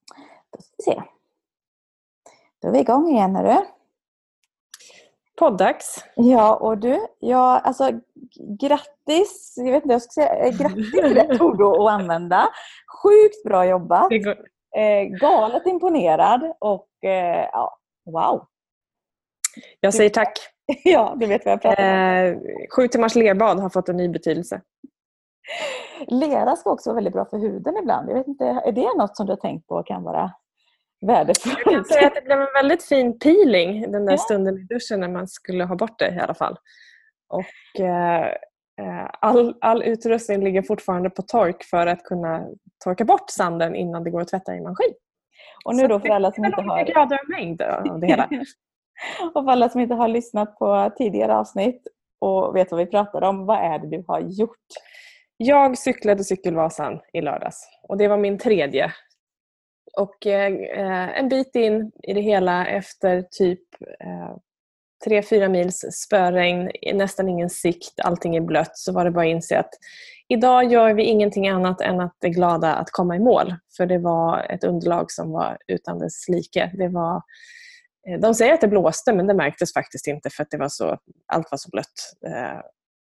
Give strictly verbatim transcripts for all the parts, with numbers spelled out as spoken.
Då ska vi se. Då är vi igång igen, är du? Poddags. Ja, och du, ja, alltså grattis. Jag vet inte, jag ska säga grattis till det ord att använda. Sjukt bra jobbat. Det går. Eh, galet imponerad och eh, ja, wow. Jag säger tack. Ja, du vet vad jag pratar om. Eh, sju timmars lerbad har fått en ny betydelse. Lera ska också vara väldigt bra för huden ibland. Jag vet inte, är det något som du har tänkt på kan vara värdefullt? Jag kan säga att det blev en väldigt fin peeling den där Ja. stunden i duschen när man skulle ha bort det i alla fall. Och eh, all, all utrustning ligger fortfarande på tork för att kunna torka bort sanden innan det går att tvätta i maskin. Och nu då för alla som inte har... grader mängd av det hela. Och för alla som inte har lyssnat på tidigare avsnitt och vet vad vi pratar om, vad är det du har gjort? Jag cyklade Cykelvasan i lördags och det var min tredje. Och eh, en bit in i det hela efter typ eh, tre, fyra mils spöregn, nästan ingen sikt, allting är blött, så var det bara att inse att idag gör vi ingenting annat än att är glada att komma i mål. För det var ett underlag som var utan dess like. Det var, eh, de säger att det blåste, men det märktes faktiskt inte för att det var så, allt var så blött. Eh,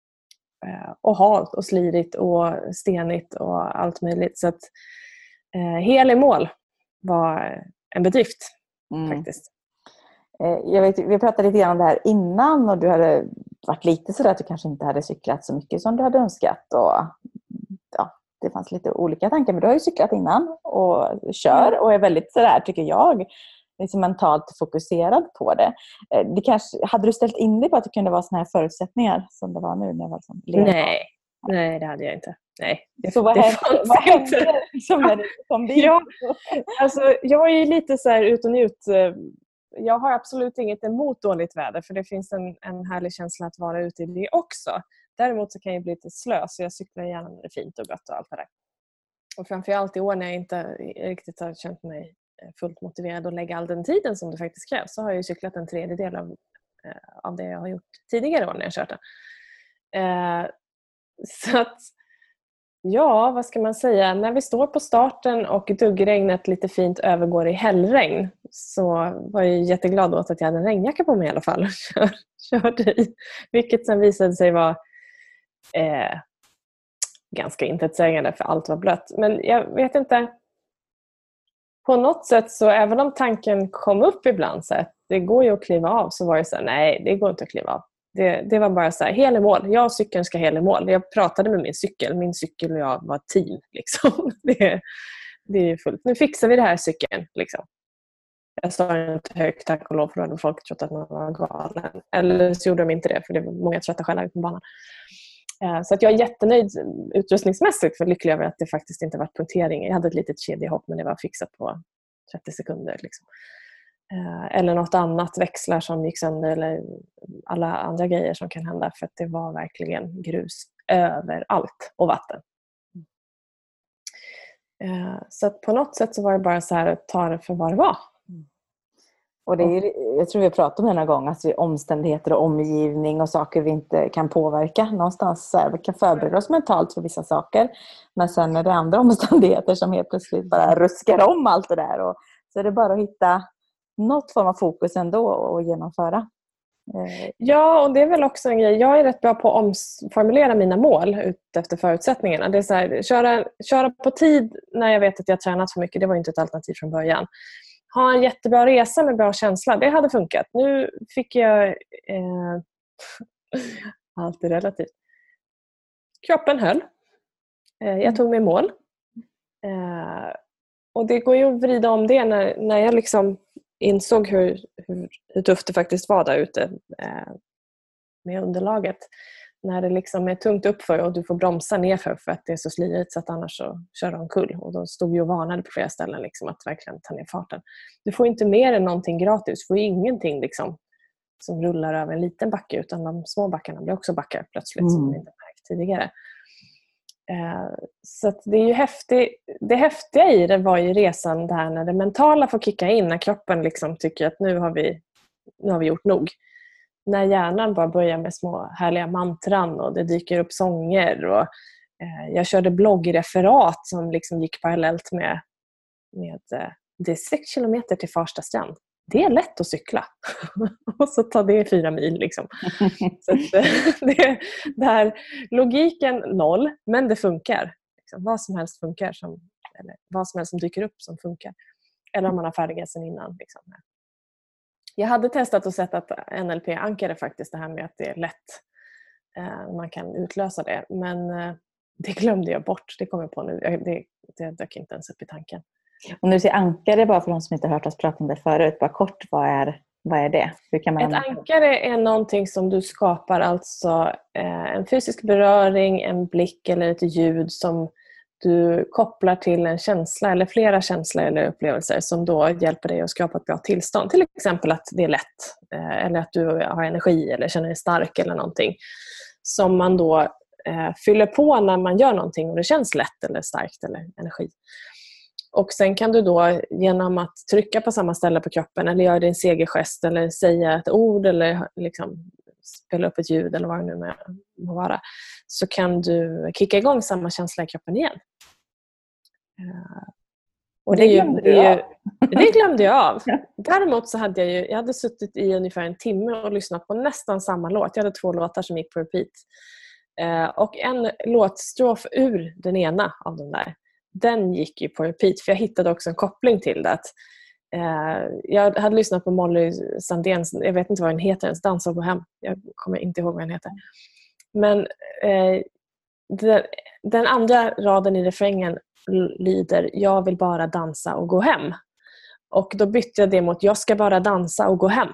och halt och slirigt och stenigt och allt möjligt. Så att eh, hel i mål var en bedrift mm. faktiskt. Jag vet, vi pratade lite grann om det här innan och du hade varit lite sådär att du kanske inte hade cyklat så mycket som du hade önskat. Och, ja, det fanns lite olika tankar, men du har ju cyklat innan och kör och är väldigt sådär, tycker jag, liksom mentalt fokuserad på det. det kanske, hade du ställt in dig på att det kunde vara såna här förutsättningar som det var nu? När jag var som Nej, nej, det hade jag inte. Nej, det, så vad det hände, vad hände som när det kom dit? Ja, alltså, jag är ju lite så här ut och njut. Jag har absolut inget emot dåligt väder, för det finns en, en härlig känsla att vara ute i det också. Däremot så kan jag bli lite slö, så jag cyklar gärna när det är fint och gott och allt det där. Och framförallt i år när jag inte riktigt har känt mig fullt motiverad att lägga all den tiden som det faktiskt krävs, så har jag ju cyklat en tredjedel av, av det jag har gjort tidigare år när jag kört det. Eh, så att ja, vad ska man säga? När vi står på starten och duggregnet lite fint övergår i hällregn, så var jag jätteglad åt att jag hade en regnjacka på mig i alla fall och kör, körde i. Vilket sen visade sig vara eh, ganska intetsägande, för allt var blött. Men jag vet inte, på något sätt så även om tanken kom upp ibland så att det går ju att kliva av, så var det så här, nej, det går inte att kliva av. Det, det var bara så här, hel i mål. Jag och cykeln ska hel i mål. Jag pratade med min cykel. Min cykel och jag var ett team. Liksom. Det, det är fullt. Nu fixar vi det här cykeln. Liksom. Jag sa inte högt, tack och lov, för då hade folk trott att man var galen. Eller så gjorde de inte det, för det var många trötta själva på banan. Så att jag är jättenöjd utrustningsmässigt, för lycklig över att det faktiskt inte var punktering. Jag hade ett litet kedjehopp, men det var fixat på trettio sekunder. Liksom. Eller något annat, växlar som gick sönder eller alla andra grejer som kan hända, för att det var verkligen grus överallt och vatten. Så att på något sätt så var det bara så här att ta det för vad det var. Och det är, jag tror vi har pratat om det några gånger, att det är omständigheter och omgivning och saker vi inte kan påverka någonstans. Så här, vi kan förbereda oss mentalt för vissa saker, men sen är det andra omständigheter som helt plötsligt bara ruskar om allt det där. Och så är det bara att hitta något form av fokus ändå och genomföra. Ja, och det är väl också en grej. Jag är rätt bra på att omformulera mina mål ut efter förutsättningarna. Det är så här, köra, köra på tid när jag vet att jag har tränat för mycket. Det var inte ett alternativ från början. Ha en jättebra resa med bra känsla. Det hade funkat. Nu fick jag... Eh, allt är relativt. Kroppen höll. Eh, jag tog mig mål. Eh, och det går ju att vrida om det när, när jag liksom insåg hur, hur, hur tufft det faktiskt var där ute eh, med underlaget. När det liksom är tungt uppför och du får bromsa nerför för att det är så slirigt så att annars så kör de omkull. Och de stod ju och varnade på flera ställen liksom, att verkligen ta ner farten. Du får inte mer än någonting gratis. Du får ingenting liksom, som rullar över en liten backe, utan de små backarna blir också backar plötsligt mm. som man inte märkt tidigare. Eh, så att det är ju häftigt. Det häftiga i det var ju resan där när det mentala får kicka in, när kroppen liksom tycker att nu har vi, nu har vi gjort nog. När hjärnan bara börjar med små härliga mantran och det dyker upp sånger och eh, jag körde bloggreferat som liksom gick parallellt med, med eh, det är sex kilometer till Farsta strand. Det är lätt att cykla. Och så tar det fyra mil. Liksom. Så att, det, det här, logiken noll, men det funkar. Liksom, vad som helst funkar. Som, eller vad som helst som dyker upp som funkar. Eller om man har färdighet sen innan. Liksom. Jag hade testat och sett att N L P ankade faktiskt det här med att det är lätt. Eh, man kan utlösa det. Men eh, det glömde jag bort. Det kommer jag på nu. Det, det dök inte ens upp i tanken. Och när du säger ankare, bara för de som inte har hört oss prata om det förut, bara kort, vad är, vad är det? Hur kan man... Ett ankare är någonting som du skapar, alltså eh, en fysisk beröring, en blick eller ett ljud som du kopplar till en känsla eller flera känslor eller upplevelser som då hjälper dig att skapa ett bra tillstånd. Till exempel att det är lätt eh, eller att du har energi eller känner dig stark eller någonting. Som man då eh, fyller på när man gör någonting och det känns lätt eller starkt eller energi. Och sen kan du då genom att trycka på samma ställe på kroppen eller göra din segergest eller säga ett ord eller liksom spela upp ett ljud eller vad det nu må vara, så kan du kicka igång samma känsla i kroppen igen. Och det, det, glömde, det, är ju, det glömde jag av. Däremot så hade jag ju, jag hade suttit i ungefär en timme och lyssnat på nästan samma låt. Jag hade två låtar som gick på repeat. Och en låtstrof ur den ena av de där, den gick ju på repeat, för jag hittade också en koppling till det. Att, eh, jag hade lyssnat på Molly Sandéns, jag vet inte vad den heter ens, Dansa och gå hem. Jag kommer inte ihåg vad den heter. Men eh, den, den andra raden i refrängen lyder: jag vill bara dansa och gå hem. Och då bytte jag det mot: jag ska bara dansa och gå hem.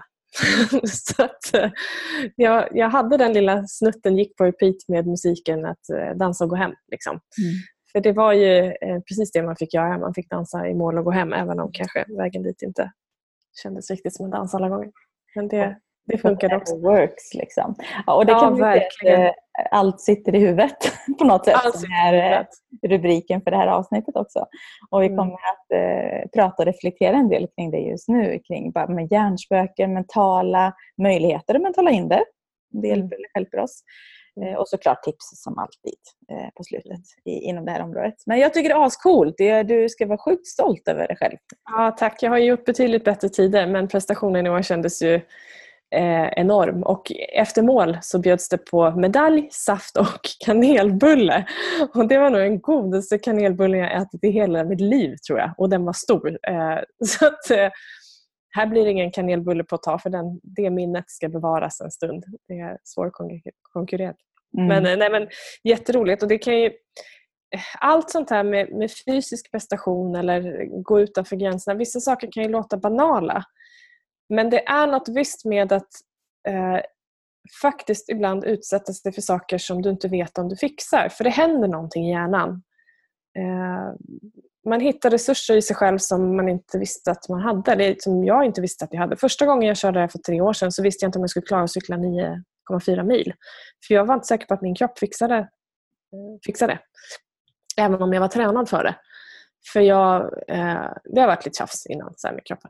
Så att, eh, jag, jag hade den lilla snutten, gick på repeat med musiken att eh, dansa och gå hem. Liksom. Mm. För det var ju eh, precis det man fick göra. Man fick dansa i mål och gå hem, även om kanske vägen dit inte kändes riktigt som en dans alla gånger. Men det, det funkade också. Works, liksom. Ja, och det ja, kan verkligen. Att, eh, allt sitter i huvudet på något sätt. Allt som är eh, rubriken för det här avsnittet också. Och vi kommer mm. att eh, prata och reflektera en del kring det just nu. Kring bara med hjärnspöken, mentala möjligheter och mentala hinder. Det hjälper, mm. hjälper oss. Eh, och såklart tips som alltid eh, på slutet i, inom det här området. Men jag tycker det är ascoolt. Det, du ska vara sjukt stolt över dig själv. Ja, tack. Jag har gjort betydligt bättre tider, men prestationen i år kändes ju eh, enorm. Och efter mål så bjöds det på medalj, saft och kanelbulle. Och det var nog den godaste kanelbullen jag ätit i hela mitt liv, tror jag. Och den var stor. Eh, så att... Eh, Här blir det ingen kanelbulle på att ta, för den, det minnet ska bevaras en stund. Det är svårkonkurrerat. Mm. Men, nej, men jätteroligt. Och det kan ju, allt sånt här med, med fysisk prestation eller gå utanför gränserna. Vissa saker kan ju låta banala. Men det är något visst med att eh, faktiskt ibland utsätta sig för saker som du inte vet om du fixar. För det händer någonting i hjärnan. Eh, man hittar resurser i sig själv som man inte visste att man hade. Eller som jag inte visste att jag hade. Första gången jag körde det här för tre år sedan så visste jag inte om jag skulle klara att cykla nio komma fyra mil. För jag var inte säker på att min kropp fixade, fixade det. Även om jag var tränad för det. För jag, eh, det har varit lite tjafs innan så här med kroppen.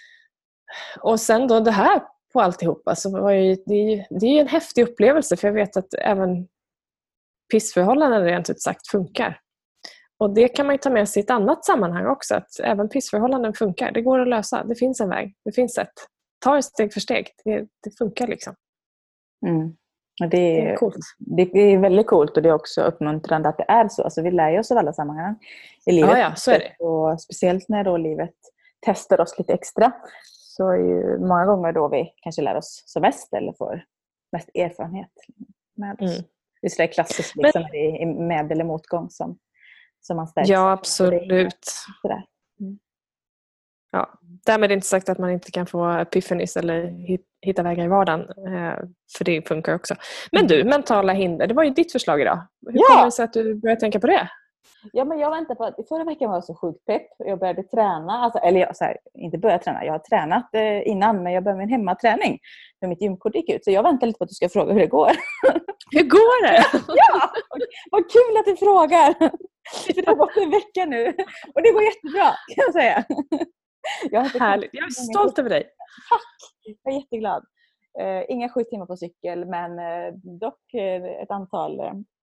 Och sen då det här på alltihopa så var ju, det, är ju, det är ju en häftig upplevelse. För jag vet att även pissförhållanden rent ut sagt funkar. Och det kan man ju ta med sig i ett annat sammanhang också. Att även pissförhållanden funkar. Det går att lösa. Det finns en väg. Det finns sätt. Ta det steg för steg. Det, det funkar liksom. Mm. Och det, är, det är coolt. Det är väldigt coolt och det är också uppmuntrande att det är så. Alltså vi lär oss av alla sammanhang i livet. Ja, ja, så är det. Och speciellt när då livet testar oss lite extra. Så är ju många gånger då vi kanske lär oss som mest eller får mest erfarenhet med oss. Mm. Det är sådär klassiskt liksom, Men... i med- eller motgång som som man stärks. Ja, absolut. Mm. Ja, därmed är det inte sagt att man inte kan få epiphanies eller hitta vägar i vardagen. För det funkar också. Men du, mentala hinder. Det var ju ditt förslag idag. Hur ja. kommer det sig att du började tänka på det? Ja, men jag väntar på att förra veckan var jag så sjukt pepp. Jag började träna. Alltså, eller jag, så här, inte börjat träna. Jag har tränat eh, innan, men jag började med en hemmaträning. För mitt gymkort gick ut. Så jag väntar lite på att du ska fråga hur det går. Hur går det? Ja, vad kul att du frågar. För det har gått en vecka nu. Och det går jättebra, kan jag säga. Jag, Härligt. jag är stolt över dig. Tack, jag är jätteglad. Uh, inga sju timmar på cykel, men uh, dock uh, ett antal uh,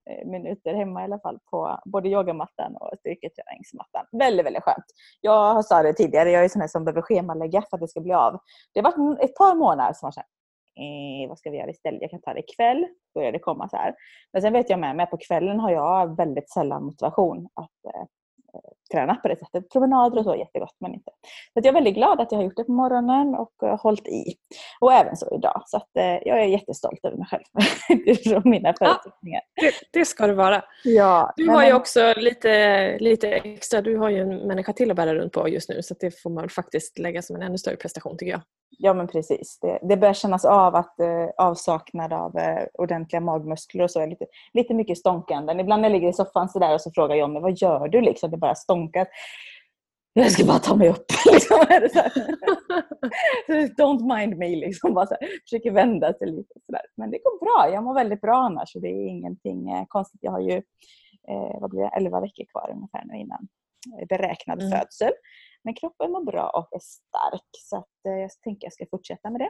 minuter hemma i alla fall på både yogamattan och styrketräningsmattan. Väldigt, väldigt skönt. Jag sa det tidigare, jag är sån här som behöver schemalägga för att det ska bli av. Det har varit ett par månader som var så här, eh, vad ska vi göra istället? Jag kan ta det ikväll, börjar det komma så här. Men sen vet jag med mig, på kvällen har jag väldigt sällan motivation att eh, träna på det sättet. Promenader och så är jättegott, men inte. Så att jag är väldigt glad att jag har gjort det på morgonen och uh, hållit i. Och även så idag. Så att, uh, jag är jättestolt över mig själv. Utifrån mina förutsättningar. Ja, det, det ska det vara. Ja, du har men... ju också lite, lite extra. Du har ju en människa till att bära runt på just nu. Så att det får man faktiskt lägga som en ännu större prestation, tycker jag. Ja, men precis. Det, det börjar kännas av att eh, avsaknad av eh, ordentliga magmuskler och så är lite, lite mycket stånkande. Ibland när jag ligger i soffan så där och så frågar jag mig, vad gör du? Liksom, det bara stånkar. Jag ska bara ta mig upp. Liksom. Don't mind me. Liksom. Bara så här, försöker vända sig lite. Så där. Men det går bra. Jag mår väldigt bra annars. Så det är ingenting eh, konstigt. Jag har ju eh, vad blir det, elva veckor kvar ungefär nu innan beräknad mm. födsel. Men kroppen mår bra och är stark. Så att, eh, jag tänker att jag ska fortsätta med det.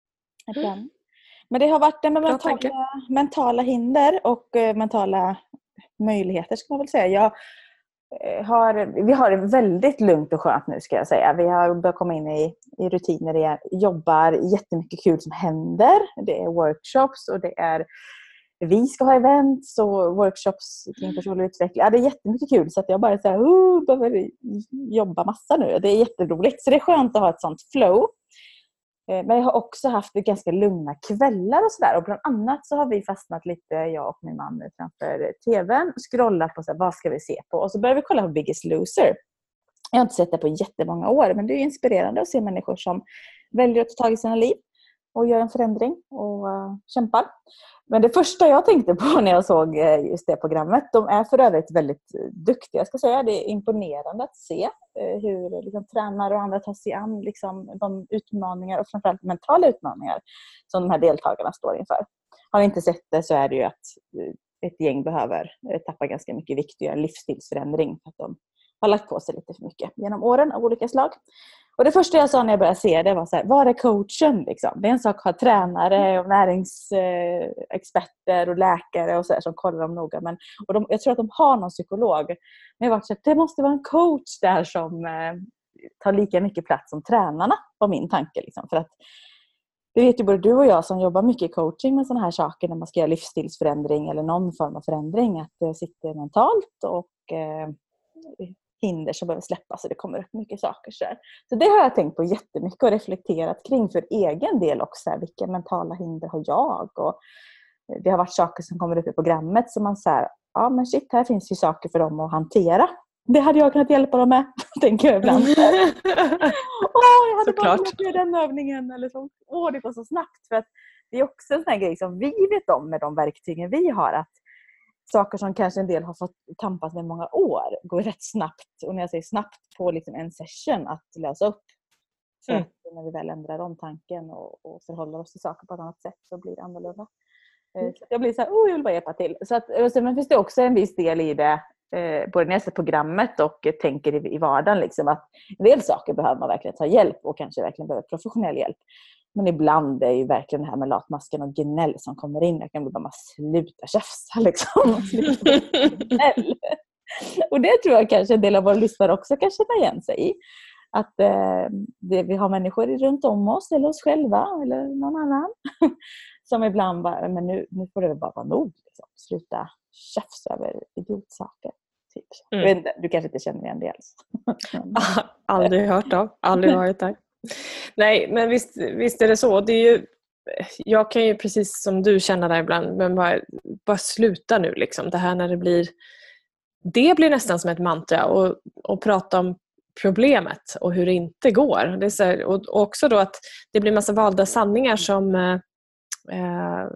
Mm. Men det har varit med mentala, mentala hinder och eh, mentala möjligheter, ska man väl säga. Jag eh, har, vi har det väldigt lugnt och skönt nu, ska jag säga. Vi har börjat komma in i, i rutiner igen. Jobbar jättemycket kul som händer. Det är workshops och det är vi ska ha events och workshops kring personlig utveckling. Ja, det är jättemycket kul, så att jag bara så här, oh, behöver jobba massa nu. Det är jätteroligt. Så det är skönt att ha ett sånt flow. Men jag har också haft ganska lugna kvällar och sådär. Och bland annat så har vi fastnat lite, jag och min man, framför tvn och scrollat på så här, vad ska vi se på. Och så börjar vi kolla på Biggest Loser. Jag har inte sett det på jättemånga år, men det är inspirerande att se människor som väljer att ta tag i sina liv och gör en förändring och uh, kämpar. Men det första jag tänkte på när jag såg just det programmet, de är för övrigt väldigt duktiga. Jag ska säga, det är imponerande att se hur liksom, tränare och andra tar sig an liksom, de utmaningar och framförallt mentala utmaningar som de här deltagarna står inför. Har ni inte sett det så är det ju att ett gäng behöver tappa ganska mycket vikt och göra en livsstilsförändring för att de har lagt på sig lite för mycket genom åren av olika slag. Och det första jag sa när jag började se det var så här, var är coachen? Liksom? Det är en sak att ha tränare och näringsexperter och läkare och så här, som kollar dem noga. Men, och de, jag tror att de har någon psykolog. Men jag var så här, det måste vara en coach där som eh, tar lika mycket plats som tränarna, var min tanke. Liksom. För att det vet ju både du och jag som jobbar mycket i coaching med sådana här saker när man ska göra livsstilsförändring eller någon form av förändring. Att det sitter mentalt och eh, hinder som behöver släppas så det kommer upp mycket saker. Så, så det har jag tänkt på jättemycket och reflekterat kring för egen del också. Vilka mentala hinder har jag? Och det har varit saker som kommer upp i programmet som man säger, ja men shit, här finns ju saker för dem att hantera. Det hade jag kunnat hjälpa dem med, tänker jag ibland. Åh, jag hade bara kunnat göra den övningen. Eller så. Åh, det går så snabbt. För att det är också en sån här grej som vi vet om med de verktygen vi har. Att saker som kanske en del har fått tampas med många år går rätt snabbt. Och när jag säger snabbt på liksom en session att lösa upp. Så mm. när vi väl ändrar om tanken och, och förhåller oss till saker på ett annat sätt så blir det annorlunda. Mm. Så jag blir så här, oh, jag vill bara hjälpa till. Så att, och sen finns det också en viss del i det. Eh, både när jag ser programmet och tänker i, i vardagen. Liksom, att en del saker behöver man verkligen ta hjälp och kanske verkligen behöver professionell hjälp. Men ibland är ju verkligen det här med latmasken och gnäll som kommer in. Jag kan bli bara sluta tjafsa liksom. Sluta gnäll. Och det tror jag kanske en del av våra lyssnare också kan känna igen sig i. Att eh, det, vi har människor runt om oss eller oss själva eller någon annan. Som ibland bara, men nu, nu får det bara vara nog. Liksom. Sluta tjafsa över idiotsaker. Typ. Mm. Jag vet inte, du kanske inte känner igen det alls. Aldrig hört av. Aldrig varit där. Nej, men visst, visst är det så. Det är ju, jag kan ju precis som du känna där ibland, men bara, bara sluta nu. Liksom. Det här när det blir det blir nästan som ett mantra och, och prata om problemet och hur det inte går. Det är så här, och, och också då att det blir massa valda sanningar som eh,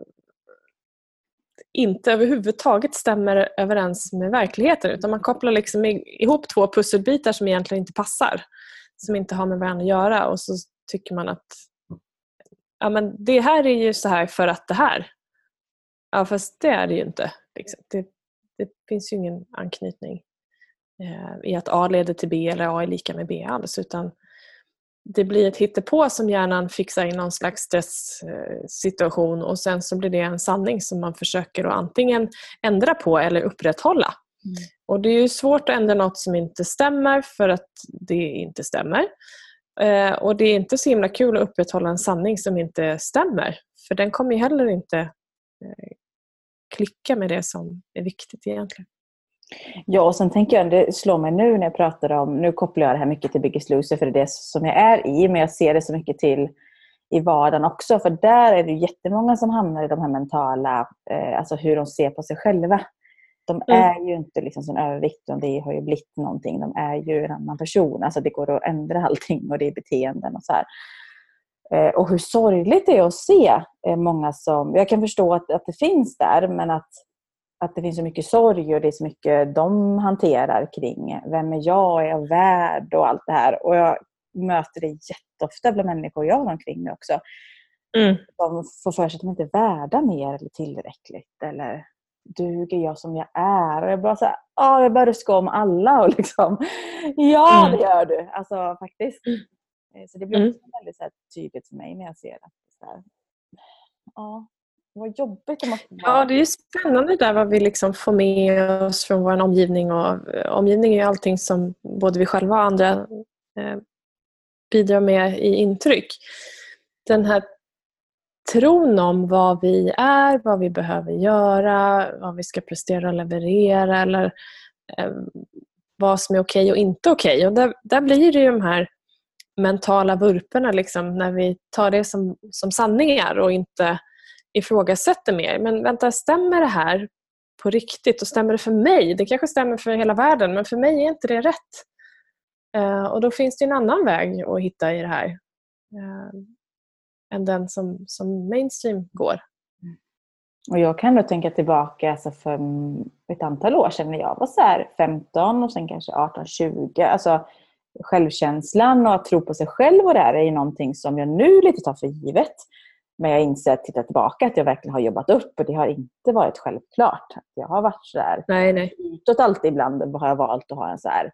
inte överhuvudtaget stämmer överens med verkligheten, utan man kopplar liksom ihop två pusselbitar som egentligen inte passar, som inte har med varandra att göra, och så tycker man att ja, men det här är ju så här för att det här. Ja, fast det är det ju inte. Liksom. Det, det finns ju ingen anknytning eh, i att A leder till B eller A är lika med B alls, utan det blir ett hittepå som hjärnan fixar i någon slags stresssituation och sen så blir det en sanning som man försöker att antingen ändra på eller upprätthålla. Mm. Och det är ju svårt att ändra något som inte stämmer för att det inte stämmer. Eh, och det är inte så himla kul att upprätthålla en sanning som inte stämmer. För den kommer ju heller inte eh, klicka med det som är viktigt egentligen. Ja, och sen tänker jag, det slår mig nu när jag pratar om, nu kopplar jag det här mycket till Biggest Loser för det är det som jag är i, men jag ser det så mycket till i vardagen också, för där är det jättemånga som hamnar i de här mentala, eh, alltså hur de ser på sig själva. De är mm. ju inte liksom sån övervikt och det har ju blivit någonting, de är ju en annan person, alltså det går att ändra allting och det är beteenden och så här. Eh, och hur sorgligt det är att se eh, många som, jag kan förstå att, att det finns där, men att Att det finns så mycket sorg och det är så mycket de hanterar kring vem är jag, är jag värd och allt det här. Och jag möter det jätteofta bland människor jag har omkring mig också. Mm. De får för sig att de inte är värda mer eller tillräckligt. Eller duger jag som jag är? Och jag bara så här, ah, jag börjar ruska om alla och liksom, ja mm. det gör du. Alltså faktiskt. Mm. Så det blir också mm. väldigt så här, tydligt för mig när jag ser att det är ja. Vad jobbigt det måste vara. Ja, det är ju spännande där vad vi liksom får med oss från vår omgivning. Och omgivning är ju allting som både vi själva och andra eh, bidrar med i intryck. Den här tron om vad vi är, vad vi behöver göra, vad vi ska prestera och leverera eller eh, vad som är okej och inte okej. Och där, där blir det ju de här mentala vurporna liksom, när vi tar det som, som sanningar och inte ifrågasätter mer. Men vänta, stämmer det här på riktigt? Och stämmer det för mig? Det kanske stämmer för hela världen, men för mig är inte det rätt. Uh, och då finns det en annan väg att hitta i det här. Uh, än den som, som mainstream går. Och jag kan då tänka tillbaka alltså för ett antal år sedan när jag var så här femton och sen kanske arton tjugo. Alltså självkänslan och att tro på sig själv och det här är ju någonting som jag nu lite tar för givet. Men jag inser att titta tillbaka att jag verkligen har jobbat upp och det har inte varit självklart. Jag har varit så där nej, nej. utåt alltid ibland har jag valt att ha en så här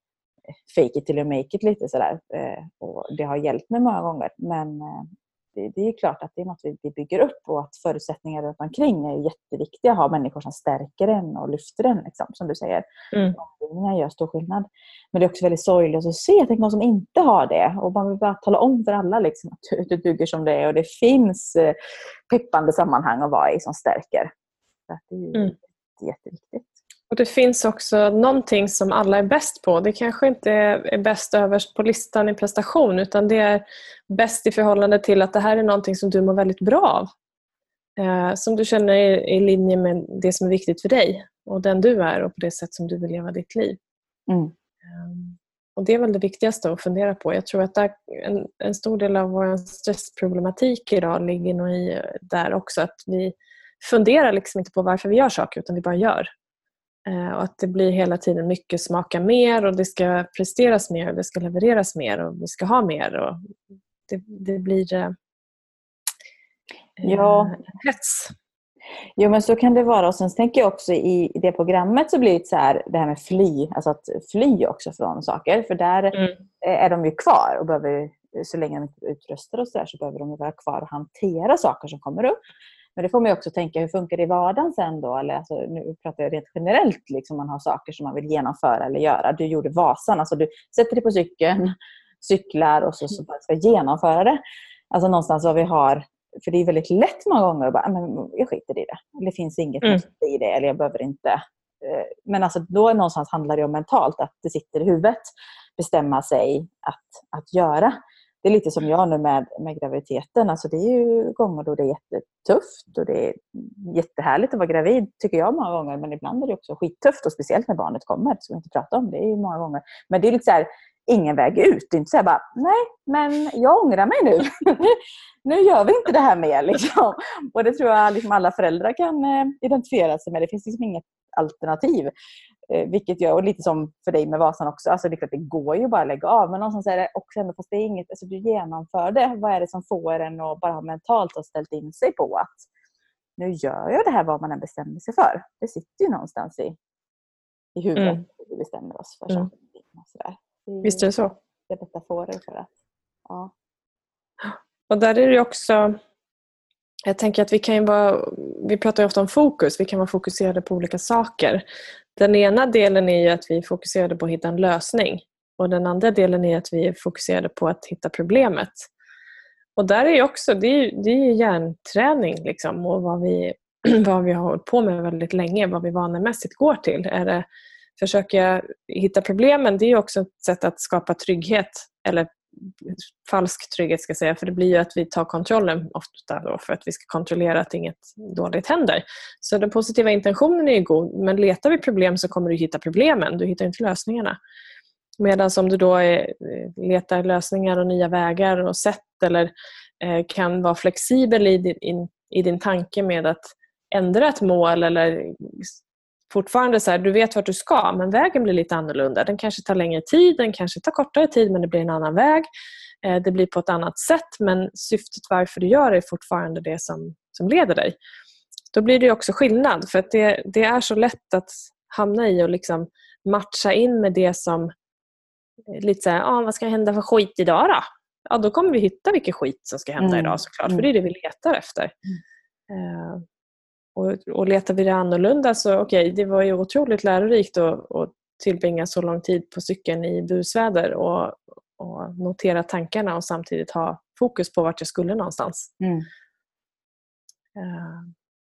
fake it till you make it lite sådär. Och det har hjälpt mig många gånger. Men det, det är klart att det är något vi, vi bygger upp och att förutsättningar runt omkring är jätteviktiga. Att ha människor som stärker en och lyfter en liksom, som du säger. Mm. Omgivningar gör stor skillnad. Men det är också väldigt sorgligt att se. Tänk någon som inte har det. Och man vill bara tala om för alla liksom, att du duger som det är. Och det finns peppande sammanhang att vara i som stärker. Så det är ju mm. jätteviktigt. Och det finns också någonting som alla är bäst på. Det kanske inte är bäst överst på listan i prestation utan det är bäst i förhållande till att det här är någonting som du mår väldigt bra av. Eh, som du känner är i linje med det som är viktigt för dig och den du är och på det sätt som du vill leva ditt liv. Mm. Eh, och det är väl det viktigaste att fundera på. Jag tror att där, en, en stor del av vår stressproblematik idag ligger nog i där också. Att vi funderar liksom inte på varför vi gör saker utan vi bara gör. Och att det blir hela tiden mycket smaka mer och det ska presteras mer och det ska levereras mer och vi ska ha mer och det, det blir eh, ja. hets. Jo men så kan det vara och sen tänker jag också i det programmet så blir det så här det här med fly, alltså att fly också från saker för där mm. är de ju kvar och behöver, så länge de inte utrustar och så där så behöver de vara kvar och hantera saker som kommer upp. Men det får man ju också tänka, hur funkar det i vardagen sen då? Eller alltså, nu pratar jag rent generellt, liksom man har saker som man vill genomföra eller göra. Du gjorde Vasan, alltså du sätter dig på cykeln, cyklar och så, så bara ska genomföra det. Alltså någonstans vad vi har, för det är väldigt lätt många gånger att bara, men jag skiter i det. Det finns inget mm. i det, eller jag behöver inte. Men alltså då någonstans handlar det om mentalt, att det sitter i huvudet, bestämma sig att, att göra. Det är lite som jag nu med, med graviditeten. Alltså det är ju gånger då det är jättetufft och det är jättehärligt att vara gravid tycker jag många gånger. Men ibland är det också skittufft och speciellt när barnet kommer. Så vi inte prata om det är ju många gånger. Men det är lite så här, ingen väg ut. Det är inte så här bara, nej men jag ångrar mig nu. Nu gör vi inte det här mer liksom. Och det tror jag liksom alla föräldrar kan eh, identifiera sig med. Det finns liksom inget alternativ. Eh, vilket gör, och lite som för dig med Vasan också, alltså det är klart det går ju bara att lägga av, men någonstans är det också ändå, fast det är inget, alltså du genomför det, vad är det som får en att bara ha mentalt och ställt in sig på att nu gör jag det här vad man än bestämmer sig för. Det sitter ju någonstans i, i huvudet mm. vi bestämmer oss för mm. saker och sådär. Visst är det så. Det är metaforer för att Ja. Och där är det också, jag tänker att vi kan ju vara, vi pratar ju ofta om fokus, vi kan vara fokuserade på olika saker. Den ena delen är ju att vi är fokuserade på att hitta en lösning. Och den andra delen är att vi är fokuserade på att hitta problemet. Och där är ju också, det är ju, det är ju hjärnträning liksom, och vad vi, vad vi har hållit på med väldigt länge, vad vi vanemässigt går till. Är det försöka hitta problemen, det är ju också ett sätt att skapa trygghet, eller falsk trygghet ska jag säga, för det blir ju att vi tar kontrollen ofta då för att vi ska kontrollera att inget dåligt händer. Så den positiva intentionen är ju god, men letar vi problem så kommer du hitta problemen, du hittar inte lösningarna. Medan om du då är, letar lösningar och nya vägar och sätt, eller eh, kan vara flexibel i din, in, i din tanke med att ändra ett mål, eller fortfarande så här, du vet vart du ska, men vägen blir lite annorlunda. Den kanske tar längre tid, den kanske tar kortare tid, men det blir en annan väg. Eh, det blir på ett annat sätt, men syftet varför du gör det är fortfarande det som, som leder dig. Då blir det också skillnad, för att det, det är så lätt att hamna i och liksom matcha in med det som lite så här, ah, vad ska hända för skit idag då? Ja, då kommer vi hitta vilken skit som ska hända mm. idag såklart, för det är det vi letar efter. Mm. Uh, och, och letar vi det annorlunda så okej, okay, det var ju otroligt lärorikt att, att tillbringa så lång tid på cykeln i busväder och, och notera tankarna och samtidigt ha fokus på vart jag skulle någonstans. Mm. Uh,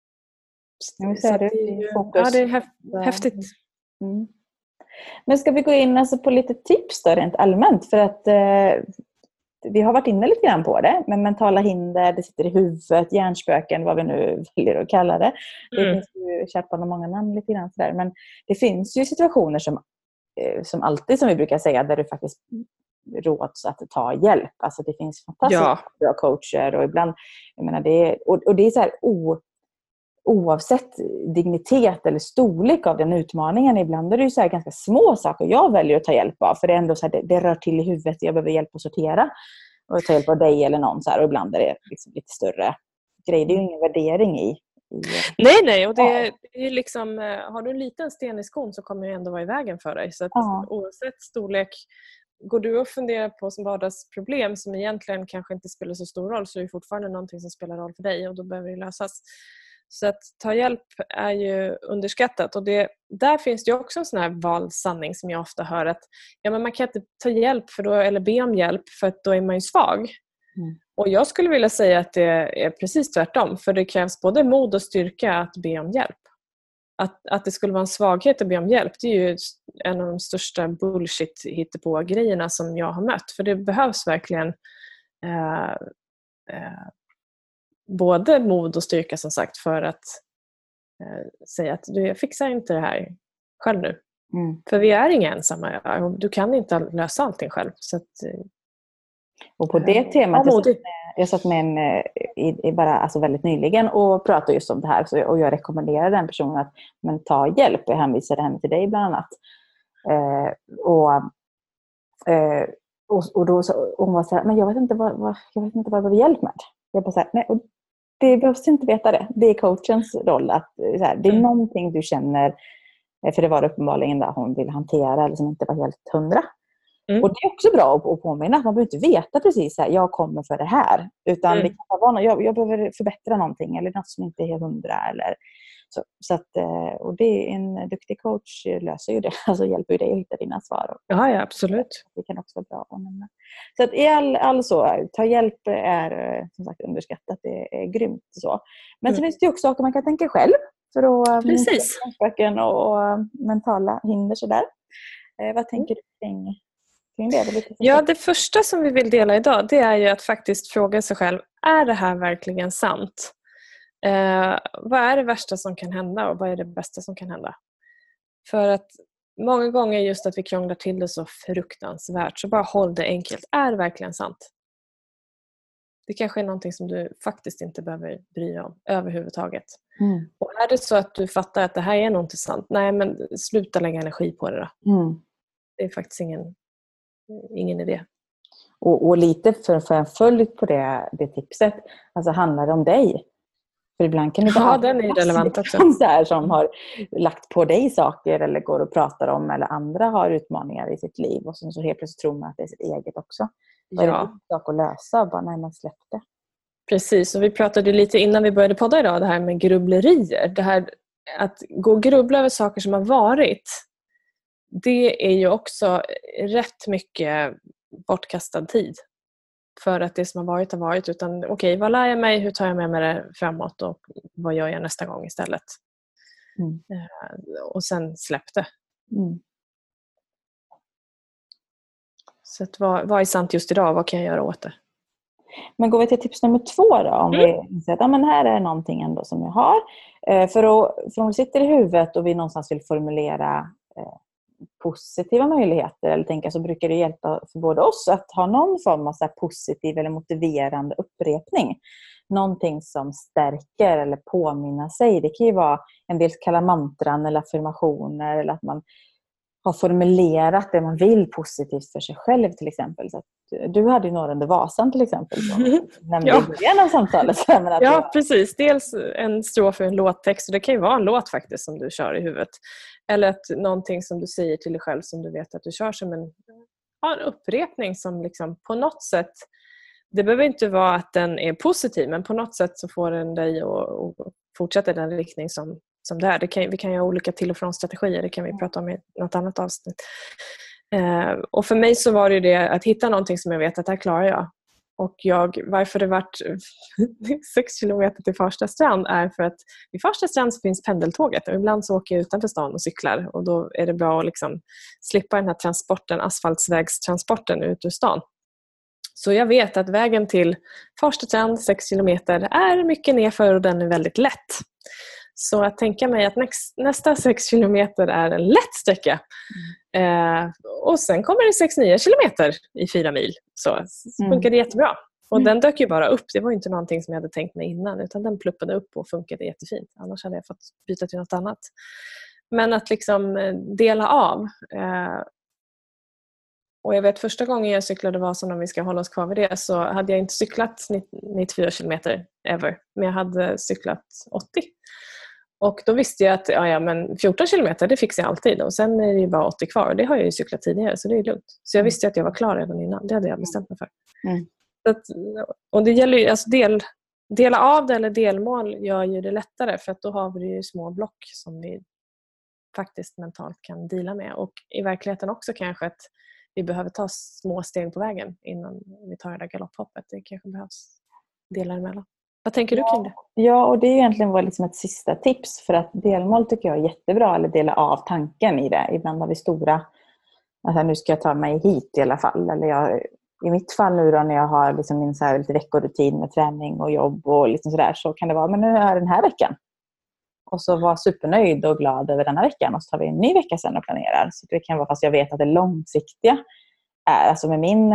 så, så det, det, fokus. Ja, det är häf- häftigt. Mm. Men ska vi gå in alltså på lite tips då rent allmänt, för att eh, vi har varit inne lite grann på det, men mentala hinder, det sitter i huvudet, hjärnspöken, vad vi nu väljer att kalla det. Det mm. finns ju kärt på många namn lite grann sådär, men det finns ju situationer som, eh, som alltid, som vi brukar säga, där du faktiskt råds att ta hjälp. Alltså det finns fantastiskt ja. bra coacher och ibland, jag menar det är, och, och det är så här o oavsett dignitet eller storlek av den utmaningen, ibland är det ju så här ganska små saker jag väljer att ta hjälp av, för det är ändå så här, det, det rör till i huvudet, jag behöver hjälp att sortera och ta hjälp av dig eller någon så här, och ibland är det liksom lite större grejer, det är ju ingen värdering i, i nej nej, och det, det är liksom, har du en liten sten i skon så kommer det ändå vara i vägen för dig, så att ja. oavsett storlek, går du och funderar på som vardagsproblem som egentligen kanske inte spelar så stor roll, så är det fortfarande någonting som spelar roll för dig och då behöver det lösas. Så att ta hjälp är ju underskattat, och det, där finns det också en sån här vald sanning som jag ofta hör, att ja, men man kan inte ta hjälp för då, eller be om hjälp för att då är man ju svag. Mm. Och jag skulle vilja säga att det är precis tvärtom, för det krävs både mod och styrka att be om hjälp. Att, att det skulle vara en svaghet att be om hjälp, det är ju en av de största bullshit hittepå-grejerna som jag har mött, för det behövs verkligen eh, eh, både mod och styrka som sagt för att eh, säga att du fixar inte det här själv nu. Mm. För vi är inga ensamma. Du kan inte lösa allting själv. Så att, eh, och på det temat, jag satt med, jag satt med en i, i bara, alltså väldigt nyligen och pratade just om det här. Så, och jag rekommenderar den personen att men, ta hjälp. Jag hänvisade henne till dig bland annat. Eh, och, eh, och, och då så, och hon var så här, men jag vet inte vad, vad, jag vet inte vad jag behöver hjälp med. Jag bara så här, nej, och det behövs inte veta det. Det är coachens roll. Att, så här, det är mm. någonting du känner, för det var uppenbarligen där hon ville hantera eller som inte var helt hundra. Mm. Och det är också bra att, att påminna att man behöver inte veta precis så här, jag kommer för det här. Utan mm. det kan vara, jag, jag behöver förbättra någonting eller något som inte är helt hundra. Eller, så, så att, och det är en duktig coach löser ju det. Alltså hjälper ju dig att hitta dina svar. Och, ja, ja, absolut. Det kan också vara bra att nämna. Så att i all, all så, ta hjälp är som sagt underskattat. Det är grymt så. Men mm. så finns det ju också saker man kan tänka själv. För att precis. Spöken och, och mentala hinder sådär. Eh, vad tänker du kring, kring det? det ja, det första som vi vill dela idag, det är ju att faktiskt fråga sig själv, är det här verkligen sant? Eh, vad är det värsta som kan hända och vad är det bästa som kan hända? För att många gånger just att vi krånglar till det så fruktansvärt, så bara håll det enkelt. Är det verkligen sant? Det kanske är någonting som du faktiskt inte behöver bry dig om överhuvudtaget. Mm. Och är det så att du fattar att det här är nog inte sant, nej men sluta lägga energi på det då. Mm. Det är faktiskt ingen, ingen idé. Och, och lite för, för en följd på det, det tipset, alltså handlar det om dig. För ibland kan det ja, den är relevant också. Så här, som har lagt på dig saker eller går och pratar om, eller andra har utmaningar i sitt liv och så, så helt plötsligt tror man att det är sitt eget också. Vad är Ja. det din sak att lösa? Bara, nej, man släppte. Precis, och vi pratade lite innan vi började podda idag det här med grubblerier. Det här att gå och grubbla över saker som har varit, det är ju också rätt mycket bortkastad tid. För att det som har varit har varit. Utan okej, okay, vad lär jag mig? Hur tar jag med mig det framåt? Och vad gör jag nästa gång istället? Mm. Och sen släpp det. Mm. Så att vad, vad är sant just idag? Vad kan jag göra åt det? Men går vi till tips nummer två då? Om mm. vi säger att ja, men här är någonting ändå som jag har. Eh, för, att, för om vi sitter i huvudet och vi någonstans vill formulera eh, positiva möjligheter eller tänka, så brukar det hjälpa för både oss att ha någon form av så här positiv eller motiverande upprepning. Någonting som stärker eller påminner sig. Det kan ju vara en del kalla mantran eller affirmationer, eller att man har formulerat det man vill positivt för sig själv till exempel. Så att du hade ju några under vasan till exempel. Nämnde ja. i början av samtalet. Att ja, var... precis. Dels en strof för en låttext. Och det kan ju vara en låt faktiskt som du kör i huvudet. Eller att någonting som du säger till dig själv som du vet att du kör som en, ja, en upprepning som liksom på något sätt, det behöver inte vara att den är positiv, men på något sätt så får den dig att, att fortsätta i den riktning som som det är. Det kan, vi kan ju ha olika till och från strategier. Det kan vi prata om i något annat avsnitt. Eh, och för mig så var det det att hitta någonting som jag vet att det här klarar jag. Och jag, varför det varit sex kilometer till Farsta strand är för att vid Farsta strand så finns pendeltåget. Och ibland så åker jag utanför stan och cyklar. Och då är det bra att liksom slippa den här transporten, asfaltsvägstransporten ut ur stan. Så jag vet att vägen till Farsta strand, sex kilometer, är mycket nerför och den är väldigt lätt. Så att tänka mig att näst, nästa sex kilometer är en lätt sträcka. Mm. Eh, och sen kommer det sex nya kilometer i fyra mil. Så, så funkar mm. det jättebra. Och mm. den dök ju bara upp. Det var ju inte någonting som jag hade tänkt mig innan. Utan den pluppade upp och funkade jättefint. Annars hade jag fått byta till något annat. Men att liksom dela av. Eh, och jag vet första gången jag cyklade Vasan, om vi ska hålla oss kvar vid det, så hade jag inte cyklat nittiofyra kilometer ever. Men jag hade cyklat åttio. Och då visste jag att ja, ja, men fjorton kilometer, det fixar jag alltid. Och sen är det ju bara åttio kvar. Det har jag ju cyklat tidigare, så det är lugnt. Så jag visste att jag var klar redan innan. Det hade jag bestämt mig för. Mm. Så att, och det gäller ju, alltså del, dela av det eller delmål gör ju det lättare. För att då har vi ju små block som vi faktiskt mentalt kan dela med. Och i verkligheten också kanske att vi behöver ta små steg på vägen innan vi tar det där galopphoppet. Det kanske behövs delar emellan. Vad tänker du kring det? Ja, och det är egentligen var liksom ett sista tips. För att delmål tycker jag är jättebra. Eller dela av tanken i det. Ibland har vi stora, alltså nu ska jag ta mig hit i alla fall. Eller jag, i mitt fall nu då, när jag har liksom min så här lite veckorutin med träning och jobb och liksom sådär, så kan det vara, men nu är den här veckan. Och så vara supernöjd och glad över den här veckan. Och så tar vi en ny vecka sen och planerar. Så det kan vara, fast jag vet att det långsiktiga är, alltså med min...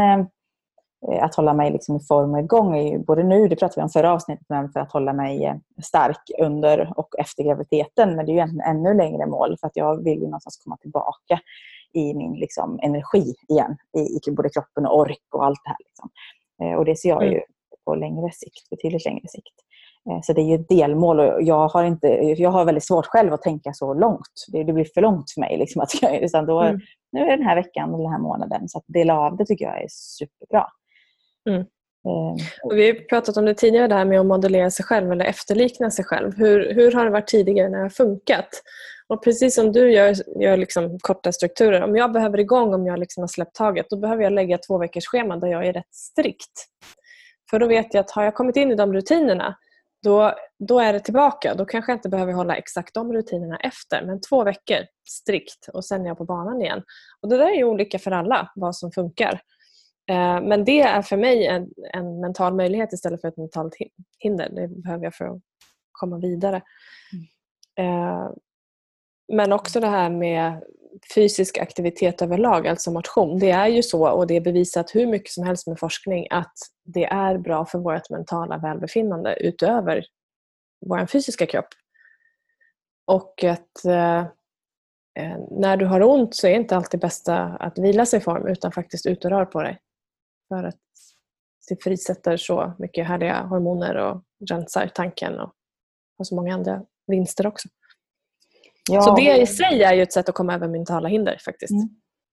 Att hålla mig liksom i form och igång är ju både nu, det pratade vi om förra avsnittet, men för att hålla mig stark under och efter graviditeten. Men det är ju egentligen ännu längre mål, för att jag vill ju någonstans komma tillbaka i min liksom energi igen. I, i både kroppen och ork och allt det här. Liksom. Och det ser jag ju på längre sikt, betydligt längre sikt. Så det är ju ett delmål, och jag har, inte, jag har väldigt svårt själv att tänka så långt. Det, det blir för långt för mig. Liksom, att jag, utan då, mm. Nu är det den här veckan och den här månaden. Så att dela av det tycker jag är superbra. Mm. Mm. Och vi har pratat om det tidigare, det här med att modellera sig själv eller efterlikna sig själv. Hur, hur har det varit tidigare när det har funkat? Och precis som du gör, gör liksom korta strukturer. Om jag behöver igång, om jag liksom har släppt taget, då behöver jag lägga två veckors schema där jag är rätt strikt. För då vet jag att har jag kommit in i de rutinerna, då, då är det tillbaka. Då kanske jag inte behöver hålla exakt de rutinerna efter. Men två veckor strikt och sen är jag på banan igen. Och det där är ju olika för alla, vad som funkar. Men det är för mig en, en mental möjlighet istället för ett mentalt hinder. Det behöver jag för att komma vidare. Mm. Men också det här med fysisk aktivitet överlag, alltså motion. Det är ju så, och det är bevisat hur mycket som helst med forskning, att det är bra för vårt mentala välbefinnande utöver vår fysiska kropp. Och att eh, när du har ont så är inte alltid bästa att vila sig i form, utan faktiskt ut och rör på dig. För att det frisätter så mycket härliga hormoner och rensar tanken och har så många andra vinster också. Ja. Så det i sig är ju ett sätt att komma över mentala hinder faktiskt. Mm.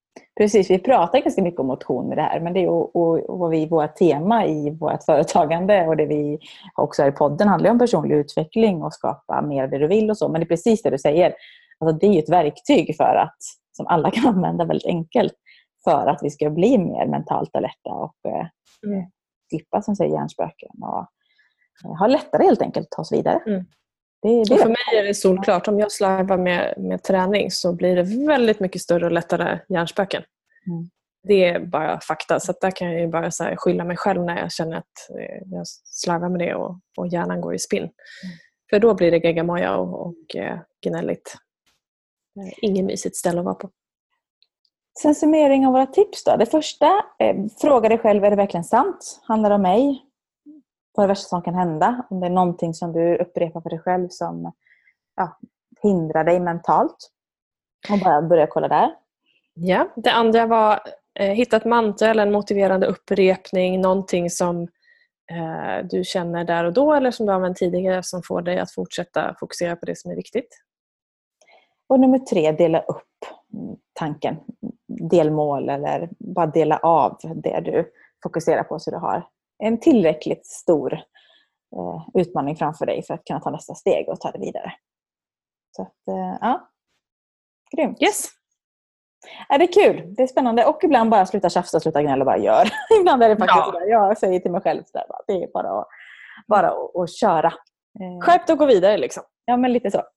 Precis, vi pratar ganska mycket om motion med det här, men det är ju och, och vi, vårt tema i vårt företagande och det vi också har i podden handlar om personlig utveckling och skapa mer av det du vill och så. Men det är precis det du säger. Alltså det är ju ett verktyg för att, som alla kan använda väldigt enkelt, för att vi ska bli mer mentalt alerta och eh, mm. slippa, som säger, hjärnspöken och eh, ha lättare helt enkelt att ta oss vidare. Mm. Det, det och för mig är det solklart. Om jag slarvar med, med träning så blir det väldigt mycket större och lättare hjärnspöken. Mm. Det är bara fakta. Så att där kan jag ju bara så här skylla mig själv när jag känner att jag slarvar med det och, och hjärnan går i spinn. Mm. För då blir det geggamoja och, och eh, gnälligt. Ingen mysigt ställe att vara på. Sen summering av våra tips då. Det första, eh, fråga dig själv, är det verkligen sant? Handlar det om mig? Vad är det värsta som kan hända? Om det är någonting som du upprepar för dig själv som ja, hindrar dig mentalt. Och bara börja kolla där. Ja, det andra var eh, hitta ett mantra eller en motiverande upprepning. Någonting som eh, du känner där och då eller som du har använt tidigare som får dig att fortsätta fokusera på det som är viktigt. Och nummer tre, dela upp tanken. Delmål eller bara dela av det du fokuserar på så du har en tillräckligt stor eh, utmaning framför dig för att kunna ta nästa steg och ta det vidare. Så att, eh, ja. Grymt. Yes. Ja, det är kul. Det är spännande. Och ibland bara sluta tjafsa och sluta gnälla och bara gör. Ibland är det faktiskt ja. sådär. Jag säger till mig själv där, det är bara att, bara att, att köra. Eh. Skärpt och gå vidare liksom. Ja, men lite så.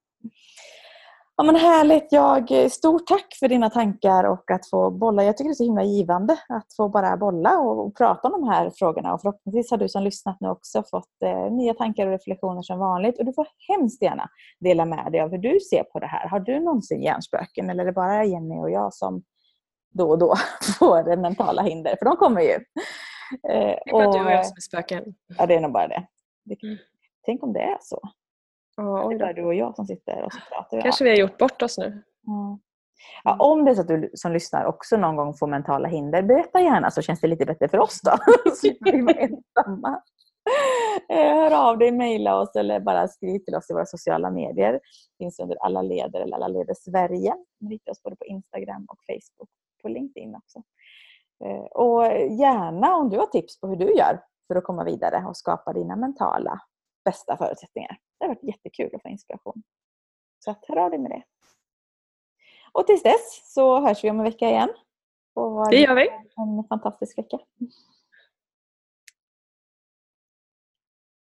Ja, men härligt. Jag, stort tack för dina tankar och att få bolla. Jag tycker det är så himla givande att få bara bolla och, och prata om de här frågorna. Och förhoppningsvis har du som lyssnat nu också fått eh, nya tankar och reflektioner som vanligt. Och du får hemskt gärna dela med dig av hur du ser på det här. Har du någonsin hjärnspöken eller är det bara Jenny och jag som då och då får mentala hinder? För de kommer ju. Eh, det är bara och, du och jag som är spöken. Ja, det är nog bara det. det tänk om det är så. Oh, det är bara du och jag som sitter och så pratar vi. Kanske vi har gjort bort oss nu. Mm. Ja, om det är så att du som lyssnar också någon gång får mentala hinder, berätta gärna så känns det lite bättre för oss då. Så vi var ensamma. Hör av dig, mejla oss eller bara skriv till oss i våra sociala medier. Det finns under alla leder eller alla leder Sverige. Vi hittar oss både på Instagram och Facebook, på LinkedIn också. Och gärna om du har tips på hur du gör för att komma vidare och skapa dina mentala bästa förutsättningar. Det har varit jättekul att få inspiration. Så att hör av dig med det. Och tills dess så hörs vi om en vecka igen. Och det gör vi. En fantastisk vecka.